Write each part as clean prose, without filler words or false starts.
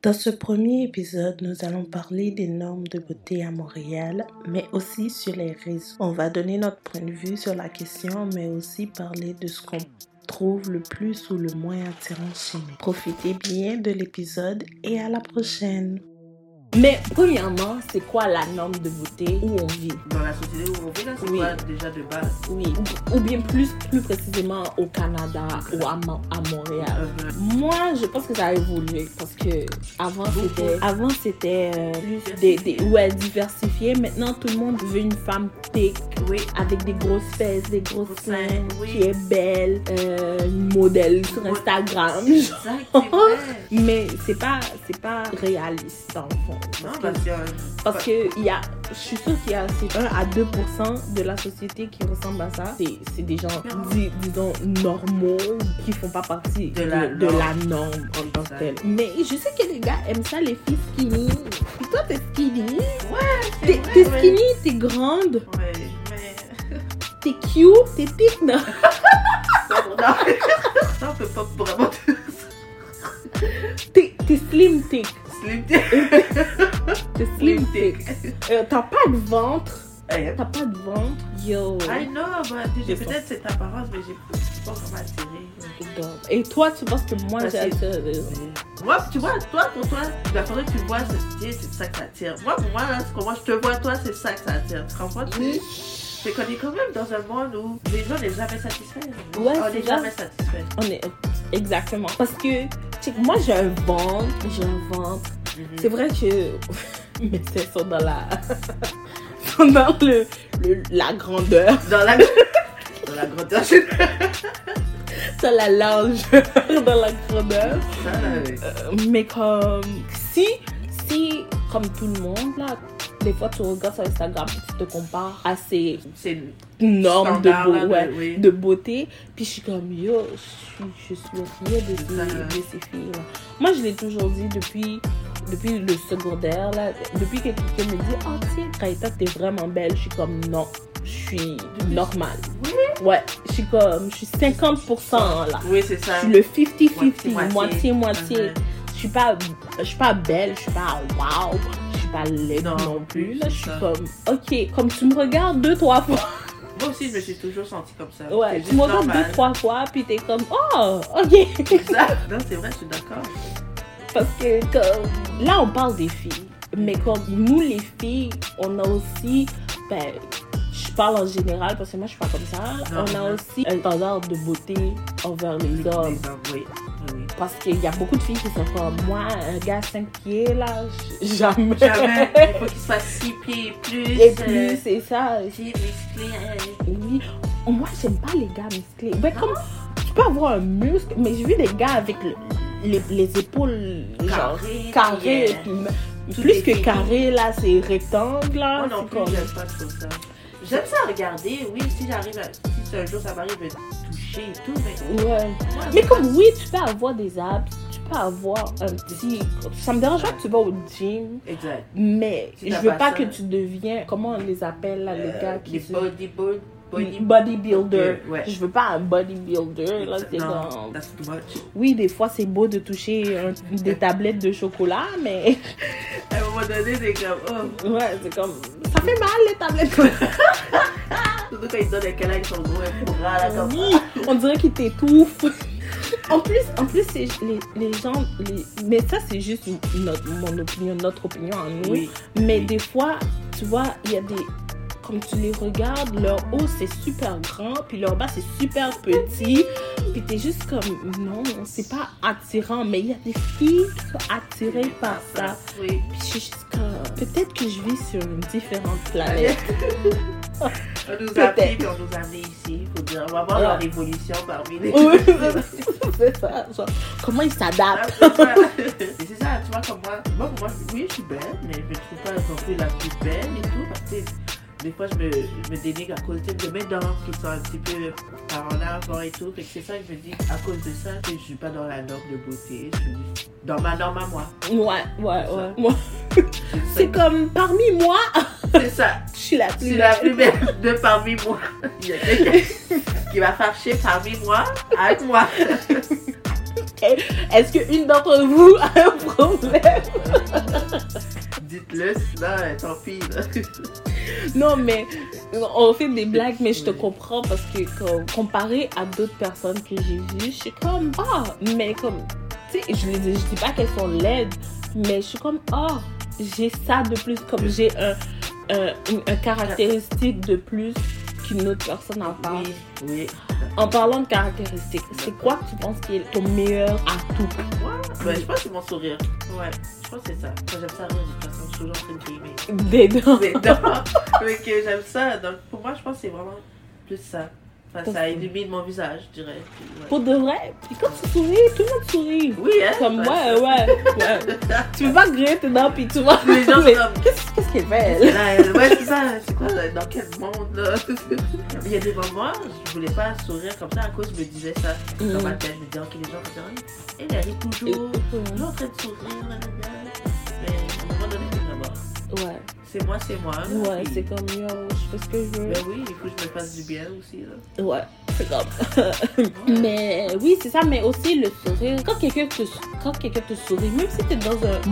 Dans ce premier épisode, nous allons parler des normes de beauté à Montréal, mais aussi sur les réseaux. On va donner notre point de vue sur la question, mais aussi parler de ce qu'on trouve le plus ou le moins attirant chez nous. Profitez bien de l'épisode et à la prochaine! Mais premièrement, c'est quoi la norme de beauté où on vit? Dans la société où on vit, là, c'est quoi déjà de base? Oui, ou bien plus précisément au Canada ou à Montréal. Moi, je pense que ça a évolué parce que avant c'était plus diversifié. Maintenant, tout le monde veut une femme thick, avec des grosses fesses, des grosses seins, qui est belle, une modèle sur Instagram. Exact, c'est vrai. Mais c'est pas réaliste dans le fond. Parce que je suis sûre qu'il y a 1 à 2% de la société qui ressemble à ça. C'est des gens, disons, normaux, qui font pas partie de la norme en tant que telle. Mais je sais que les gars aiment ça, les filles skinny. Puis toi, t'es skinny. Ouais, t'es skinny, t'es grande. Ouais, mais... T'es cute, t'es thick, non? Ça, on peut pas vraiment... T'es slim thick. T'es slim thick. T'as pas de ventre. Yo. I know, but peut-être cette apparence, mais j'ai pas vraiment attiré. Et toi, tu penses que moi j'ai attiré? Moi, tu vois, pour toi, la fois que tu vois, c'est ça que ça attire. Moi, pour moi, là, comment je te vois, toi, c'est ça que ça attire. Tu comprends? C'est qu'on est quand même dans un monde où les gens n'est jamais satisfaits. Ouais, on n'est jamais satisfaits. On est exactement. Parce que moi j'ai un ventre. C'est vrai que mes seins sont dans la la grandeur. Dans la grandeur. Dans la largeur, dans la grandeur. Mais comme si comme tout le monde là, des fois tu regardes sur Instagram et tu te compares à ces normes de beauté, puis je suis comme yo, je suis rien de ces filles là. Moi je l'ai toujours dit depuis le secondaire là, depuis que quelqu'un me dit oh tiens Kaita t'es vraiment belle, je suis comme non, je suis normale. Ouais, je suis 50% là. Oui, c'est ça. Je suis le 50-50, moitié. Je suis pas belle, je suis pas wow, je suis pas laide non plus. Là, je suis comme, ok, comme tu me regardes 2-3 fois. Moi aussi, je me suis toujours sentie comme ça. Ouais, tu me regardes 2-3 fois, puis t'es comme, oh, ok. Exact. Non, c'est vrai, je suis d'accord. Parce que comme, là, on parle des filles, mais comme nous, les filles, on a aussi, je parle en général parce que moi, je suis pas comme ça. On a aussi un standard de beauté envers les hommes. Oui. Parce qu'il y a beaucoup de filles qui sont comme moi, un gars 5 pieds là, jamais. Il faut qu'il soit 6 pieds et plus. C'est ça. Musclé. Oui. Moi, j'aime pas les gars musclés. Mais comme tu peux avoir un muscle, mais j'ai vu des gars avec les épaules carrées. Plus que carré là, c'est rectangle là. Moi non plus, j'aime pas trop ça. J'aime ça regarder, oui, si un jour ça m'arrive de toucher et tout, mais... Ouais. Mais comme oui, tu peux avoir des abs, tu peux avoir un petit... Ça me dérange pas que tu vas au gym. Exact. Mais je veux pas que tu deviens... Comment on les appelle là, les gars qui... Bodybuilder. Ouais. Je veux pas un bodybuilder. Là, c'est non, that's too much. Oui, des fois, c'est beau de toucher des tablettes de chocolat, mais... À un moment donné, c'est comme... Oh. Ouais, c'est comme... Ça fait mal, les tablettes. Surtout quand ils donnent des câlins qui sont gros et bras, là, comme oui, on dirait qu'ils t'étouffent. En plus c'est les gens... Mais ça, c'est juste notre opinion à nous. Oui. Mais des fois, tu vois, il y a des... Comme tu les regardes, leur haut c'est super grand, puis leur bas c'est super petit, puis t'es juste comme non, c'est pas attirant, mais il y a des filles qui sont attirées par ça. Oui. Puis je suis juste comme, peut-être que je vis sur une différente planète. On nous a pris puis on nous a amenés ici, faut dire, on va voir leur évolution parmi les... Oui, c'est ça, genre, comment ils s'adaptent. Et c'est ça, tu vois, comme moi pour moi, oui je suis belle, mais je me trouve pas non plus la plus belle et tout, parce que des fois, je me dénigre à cause de mes dents qui sont un petit peu par en avant et tout. Fait que c'est ça que je me dis, à cause de ça, que je suis pas dans la norme de beauté. Je suis dans ma norme à moi. Ouais. Moi, c'est comme parmi moi. C'est ça. Je suis la plus belle de parmi moi. Il y a quelqu'un qui va fâcher parmi moi avec moi. Est-ce qu'une d'entre vous a un problème? Dites-le, sinon, tant pis. Là. Non, mais on fait des blagues, mais je te comprends parce que comparé à d'autres personnes que j'ai vues, je suis comme, mais comme, tu sais, je dis pas qu'elles sont laides, mais je suis comme, j'ai ça de plus, comme j'ai un caractéristique de plus qu'une autre personne en parle. Oui. En parlant de caractéristiques, c'est quoi que tu penses qui est ton meilleur atout? Ouais, je pense que c'est mon sourire. Ouais, je pense que c'est ça. Quand j'aime ça rire, de toute façon, je suis toujours en train de grimer. Des dents. Des dents. Mais que j'aime ça. Donc, pour moi, je pense que c'est vraiment plus ça. Enfin, ça illumine mon visage, je dirais. Puis, ouais. Pour de vrai. Puis quand tu souris, tout le monde sourit. Oui, hein? Comme ouais. Tu peux pas griller tes dents, puis tu vois. Les gens sont comme... Qu'est-ce qu'elle fait, elle? Ouais, c'est ça. C'est quoi, là, dans quel monde, là? Il y a des moments, je voulais pas sourire comme ça à cause je me disais ça. Dans ma tête, je me disais, ok, les gens vont dire, elle rit toujours en train de sourire, là. Mais à un moment donné, c'est vraiment... Ouais. C'est moi. Ouais, puis... c'est comme, yo, je fais ce que je veux. Mais oui, il faut que je me fasse du bien aussi, là. Ouais, c'est comme... Mais oui, c'est ça, mais aussi le sourire. Quand quelqu'un te sourit, même si t'es dans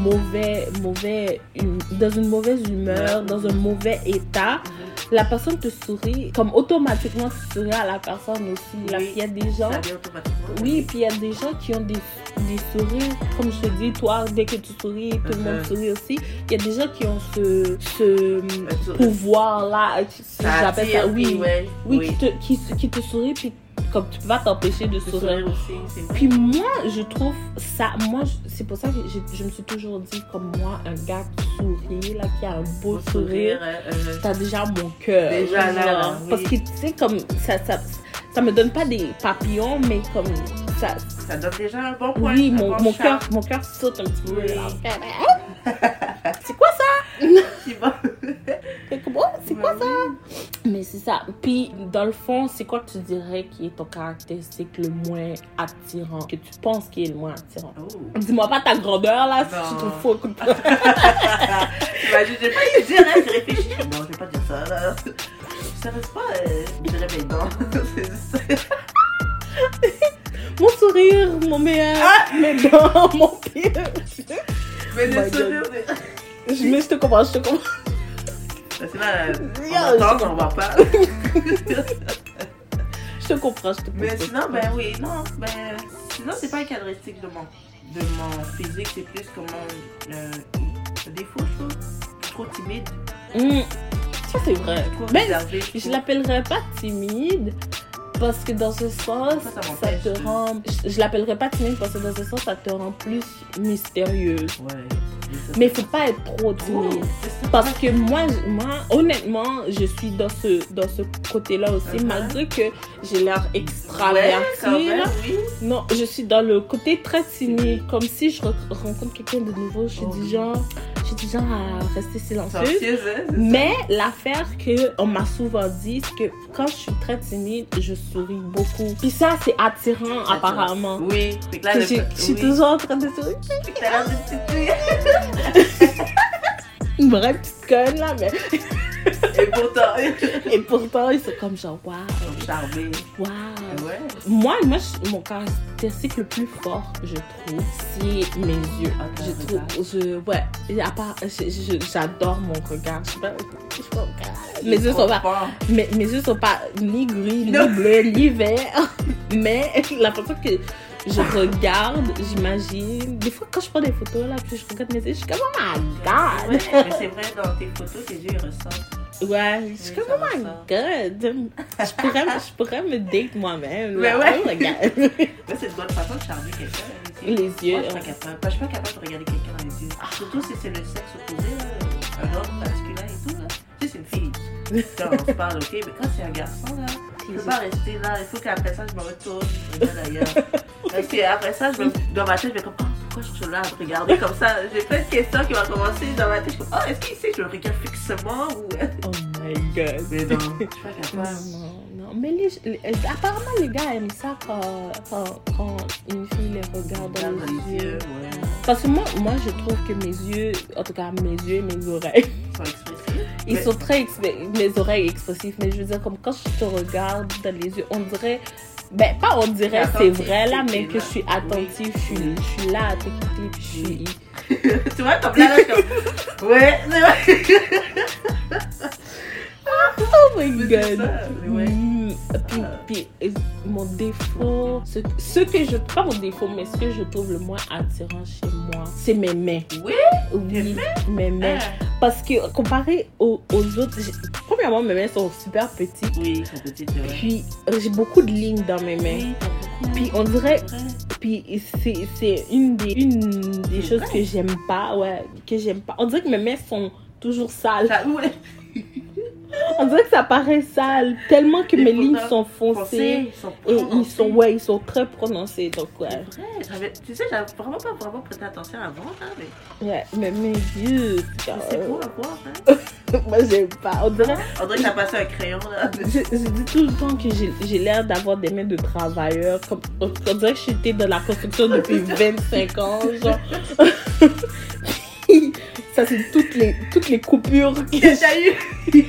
dans une mauvaise humeur, dans un mauvais état, la personne te sourit, comme automatiquement tu souris à la personne aussi. Oui, là, il y a des gens... Ça vient automatiquement. Oui, puis il y a des gens qui ont des sourires, comme je te dis, toi, dès que tu souris, tout le monde sourit aussi. Il y a des gens qui ont ce pouvoir-là, j'appelle ça, oui. Qui te sourit, puis comme tu peux pas t'empêcher de sourire. Aussi, c'est vrai. Puis moi, je trouve ça, c'est pour ça que je me suis toujours dit, comme moi, un gars qui sourit, là, qui a un beau sourire, t'as déjà mon cœur. Déjà là, oui. Parce que tu sais, comme ça me donne pas des papillons, mais comme ça donne déjà un bon point. Oui, mon cœur saute un petit peu. Oui. C'est quoi ça? C'est bon. C'est quoi ça? Mais c'est ça. Puis, dans le fond, c'est quoi que tu dirais qui est ton caractéristique le moins attirant? Que tu penses qui est le moins attirant? Oh. Dis-moi pas ta grandeur, là, si tu trouves faux. Je vais pas y dire, hein, je réfléchis. Non, je vais pas dire ça, là. Ça reste pas, je dirais mes dents. Mon sourire, mon meilleur. Mes dents, mon pire. Mais le sourire, mais je te comprends. C'est là, on entend, on va pas. Je te comprends. Mais sinon, sinon, c'est pas une caractéristique de mon physique, c'est plus comme un défaut, je trouve. Trop timide. Ça, c'est vrai. Trop Mais réservé, je l'appellerais pas timide. Parce que dans ce sens, ça te rend... Je l'appellerais pas timide parce que dans ce sens, ça te rend plus mystérieuse. Ouais. Mais il faut pas être trop timide. Parce que moi, honnêtement, je suis dans ce côté-là aussi. Malgré que j'ai l'air extravertie. Oui. Non, je suis dans le côté très timide. Comme si je rencontre quelqu'un de nouveau, je suis du genre à rester silencieuse. Mais l'affaire qu'on m'a souvent dit, c'est que quand je suis très timide, je souris beaucoup. Puis ça, c'est attirant, apparemment. Oui. Je suis toujours en train de sourire. T'as l'air d'une petite fille. Une vraie petite conne, là, mais... Et pourtant, ils sont comme genre, waouh. Charmés. Waouh. Ouais. Moi, mon caractéristique le plus fort, je trouve, c'est mes yeux. J'adore mon regard. Mes yeux sont pas ni gris, ni bleu, ni vert. Mais la façon que je regarde, j'imagine. Des fois, quand je prends des photos, là, puis je regarde mes yeux, je suis comme, oh my god! Ouais, mais c'est vrai, dans tes photos, tes yeux, ils ressortent. Ouais, je suis comme, oh my god! Je pourrais me date moi-même. Mais ouais! Regarde. Mais c'est une bonne façon de charmer quelqu'un. Les yeux. Moi, je suis pas capable de regarder quelqu'un dans les yeux. Surtout si c'est le sexe opposé, là, un homme masculin et tout, là. Tu sais, c'est une fille. Quand on se parle, ok, mais quand c'est un garçon, là, je peux pas rester là. Il faut qu'après ça, je me retourne, je regarde ailleurs. Parce qu'après ça, dans ma tête, je vais comme, pourquoi je suis là à me regarder comme ça? J'ai plein de questions qui vont commencer dans ma tête. Je suis comme, est-ce qu'il sait que je le regarde fixement ou... Oh my god. Mais non, je suis pas capable. Non. Mais apparemment, les gars aiment ça quand une fille les regarde dans les yeux. Ouais. Parce que moi, je trouve que mes yeux, en tout cas mes yeux et mes oreilles, sont expressifs. Ils sont très mes oreilles expressives, mais je veux dire, comme quand je te regarde dans les yeux, on dirait Ben, pas on dirait c'est attentive, vrai là, t'es mais que là. je suis attentive, je suis là à t'écouter, puis je suis... Tu vois, comme là, comme... Ouais, c'est vrai. Oh my Mais c'est god! ça, ouais. Puis, mon défaut, ce que je... Pas mon défaut, mais ce que je trouve le moins attirant chez moi, c'est mes mains. Oui? Oui, mes mains. Ah. Parce que comparé aux autres, premièrement, mes mains sont super petites. Oui, c'est petite, c'est vrai. Puis, j'ai beaucoup de lignes dans mes mains. Oui, t'as beaucoup. Puis on dirait, C'est vrai. puis c'est une des C'est choses vrai. que j'aime pas, ouais, que j'aime pas. On dirait que mes mains sont toujours sales. Ça, ouais. On dirait que ça paraît sale, tellement que Et mes lignes pourtant, sont foncées. Ils sont Et prononcés. ils sont très prononcés, donc ouais. C'est vrai. Tu sais, j'avais vraiment pas vraiment prêté attention avant, hein, mais Ouais, mais mes yeux, c'est beau à voir, hein. moi j'aime pas. On dirait, On dirait que t'as passé un crayon, là. je dis tout le temps que j'ai l'air d'avoir des mains de travailleur. Comme, on dirait que j'étais dans la construction depuis 25 ans, genre. Ça, c'est toutes les coupures que T'as eu.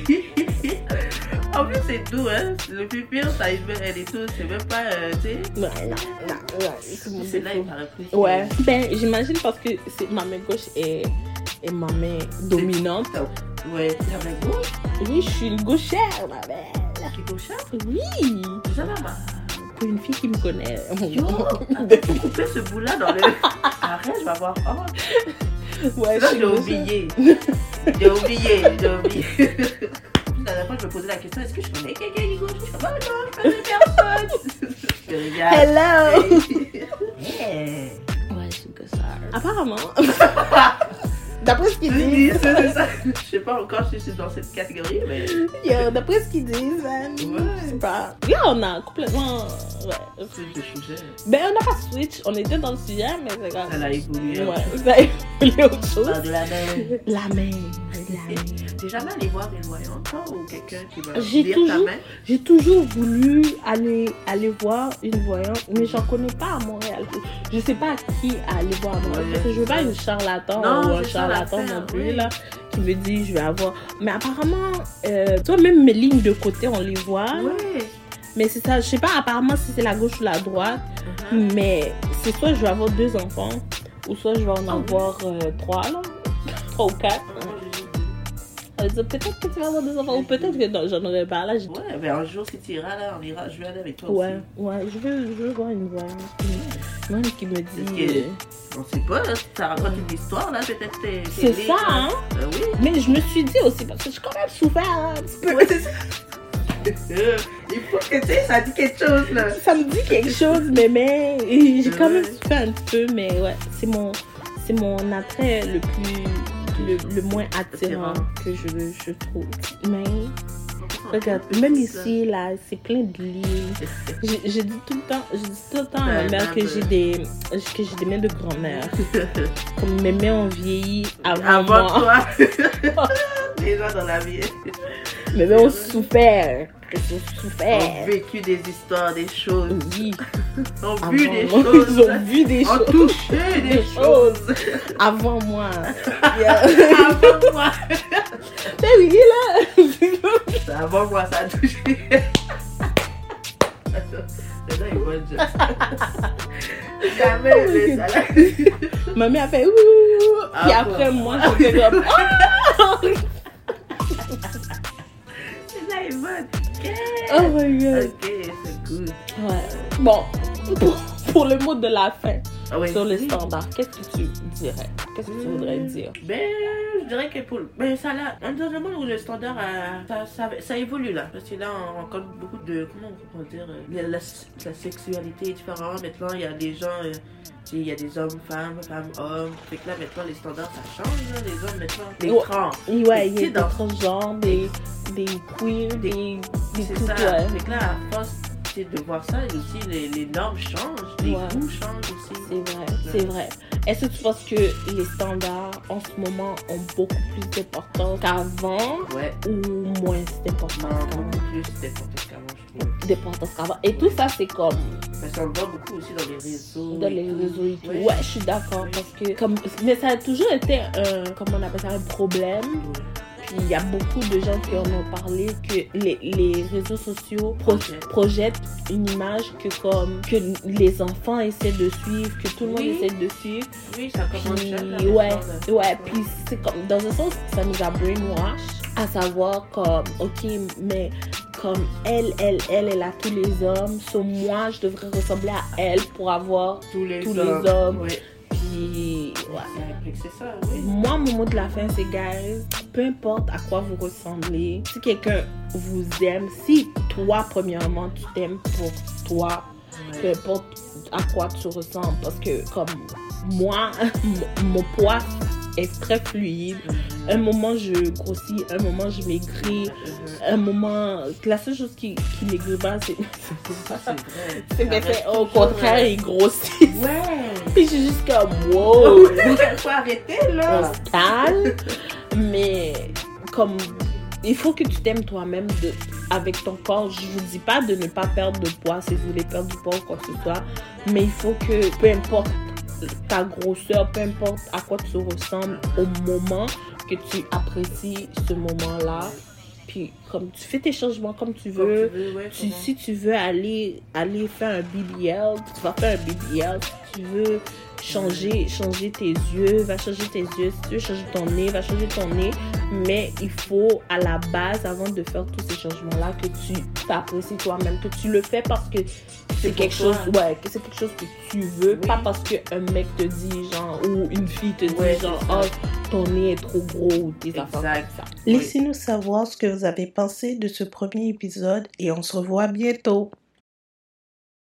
En plus, c'est doux, hein. Le plus pire, ça elle est tout. C'est même pas, tu sais. Ouais, non, c'est mon C'est là, il défaut. paraît plus. Ouais, ben j'imagine parce que ma main gauche est ma main dominante. Ouais, c'est avec gauche. Oui, je suis une gauchère, ma belle. Qui est gauchère. Oui, Ça va, ma. pour une fille qui me connaît. Yo, attends, faut couper ce bout-là dans le. Arrête, je vais avoir honte. Ouais, Là, je suis j'ai gauchère. oublié. J'ai oublié. La dernière fois, je me posais la question, est-ce que je connais quelqu'un qui est gauche? Je suis comme, oh non, je connais personne. Je regarde. Hello! Yeah. Ouais, je suis gauchère. Apparemment. D'après ce qu'ils Oui, disent. c'est ça. Je sais pas encore si je suis dans cette catégorie, mais. Yo, d'après ce qu'ils disent, man. Ouais. Je sais pas. Là, on a complètement. Ouais. C'est des sujets. Ben, on n'a pas switch. On était dans le sujet, mais c'est grave. Ça l'a évolué. Ouais, ça a évolué autre chose. Parle de la main. La main. T'es jamais allé voir une voyante, toi, ou quelqu'un qui va J'ai lire ta toujours- main? J'ai toujours voulu aller voir une voyante, mais j'en connais pas à Montréal. Je sais pas qui aller voir à Montréal. Ouais, Parce que je veux pas c'est ça. une charlatan Non, ou un c'est ça charlatan l'affaire, non plus, oui. là, qui me dit je vais avoir. Mais apparemment, toi, même mes lignes de côté, on les voit. Ouais. Mais c'est ça, je sais pas apparemment si c'est la gauche ou la droite, mais c'est soit je vais avoir 2 enfants, ou soit je vais en avoir 3, là. 3 ou 4. Ça veut dire peut-être que tu vas avoir 2 enfants, ou peut-être que non, j'en aurais pas là. Ouais, mais un jour, si tu iras là, on ira, je vais aller avec toi Ouais, ouais, je veux voir une voix. Moi qui me Parce dit. que, on sait pas, là, ça raconte une histoire, là, peut-être t'es C'est libre, ça, hein? Oui. Mais je me suis dit aussi, parce que j'ai quand même souffert un petit peu. Ouais, c'est ça. Il faut que, tu sais, ça dit quelque chose, là. Ça me dit quelque chose, mais j'ai quand même Ouais. souffert un petit peu, mais ouais, c'est mon attrait le moins attirant que je trouve. Mais regarde, même ici, là, c'est plein de lignes. Je dis tout le temps à ma mère que j'ai des mains de grand-mère. Comme mes mains ont vieilli avant moi. toi. Les gens dans la vie Mes mains ont souffert. Ils ont ont souffert. vécu des histoires, des choses, Oui. ont Avant vu des moi. choses, Ils ont vu des ont choses. touché des choses. Avant moi. Avant moi. Ben oui, là. Avant moi, ça a touché. C'est là, il va dire. Jamais, Oh my mais God. ça l'a. Ma mère a fait ouh. Ah Puis bon. après, moi, j'étais comme. Oh, C'est là, il va. oh my god. Ok, c'est good. Ouais. Bon, pour le mot de la fin, Ah oui. sur les standards, qu'est-ce que tu dirais? Qu'est-ce que tu voudrais dire? Ben, je dirais que pour. Ben, ça là, dans un monde où le standard, ça évolue là. Parce que là, on rencontre beaucoup de. Comment on peut dire la sexualité est différente. Maintenant, il y a des gens. Il y a des hommes, femmes, hommes. Fait que là, maintenant, les standards, ça change. Là. Les hommes, maintenant, les Ouais. trans. Ouais, il y a Tu sais, des dans- transgenres, des queers, des C'est tout, ça. ouais. Fait que là, à force de voir ça, et aussi, les normes changent. Les Ouais. goûts changent aussi. C'est vrai. Est-ce que tu penses que les standards en ce moment ont beaucoup plus d'importance qu'avant Ouais. ou moins d'importance Non, qu'avant? beaucoup plus d'importance qu'avant, je trouve. D'importance qu'avant. Et tout ça, c'est comme Parce qu'on le voit beaucoup aussi dans les réseaux. dans les réseaux et tout. Ouais, je suis d'accord parce que mais ça a toujours été comment on appelle ça, un problème. Ouais. Puis il y a beaucoup de gens qui en ont parlé que les réseaux sociaux projettent une image que les enfants essaient de suivre, que tout le monde essaie de suivre. Oui, ça commence jeune. Puis c'est comme, dans un sens, ça nous a brainwash, à savoir comme, ok, mais comme elle a tous les hommes, moi, je devrais ressembler à elle pour avoir tous les hommes. Oui. Puis, c'est ça, oui. Moi, mon mot de la fin, c'est, guys, peu importe à quoi vous ressemblez, si quelqu'un vous aime, si toi, premièrement, tu t'aimes pour toi, peu importe à quoi tu ressembles, parce que, comme moi, mon poids est très fluide. Un moment, je grossis, un moment, je maigris, un moment... La seule chose qui maigrit pas, c'est mes faits, au contraire, ils grossissent. Ouais. Puis je suis juste comme, wow! Faut arrêter, là! On se calme. Mais, comme... Il faut que tu t'aimes toi-même avec ton corps. Je vous dis pas de ne pas perdre de poids si vous voulez perdre du poids ou quoi que ce soit. Mais il faut que, peu importe ta grosseur, peu importe à quoi tu ressembles au moment, que tu apprécies ce moment-là. Puis comme tu fais tes changements comme tu veux. Si tu veux aller faire un BBL, tu vas faire un BBL. Si tu veux changer tes yeux, va changer tes yeux. Si tu veux changer ton nez, va changer ton nez. Mais il faut, à la base, avant de faire tous ces changements-là, que tu t'apprécies toi-même, que tu le fais parce que c'est quelque chose, que c'est quelque chose que tu veux, pas parce qu'un mec te dit, genre, ou une fille te dit, genre, oh, ton nez est trop gros, ou tes affaires comme ça. Laissez-nous savoir ce que vous avez pensé de ce premier épisode et on se revoit bientôt.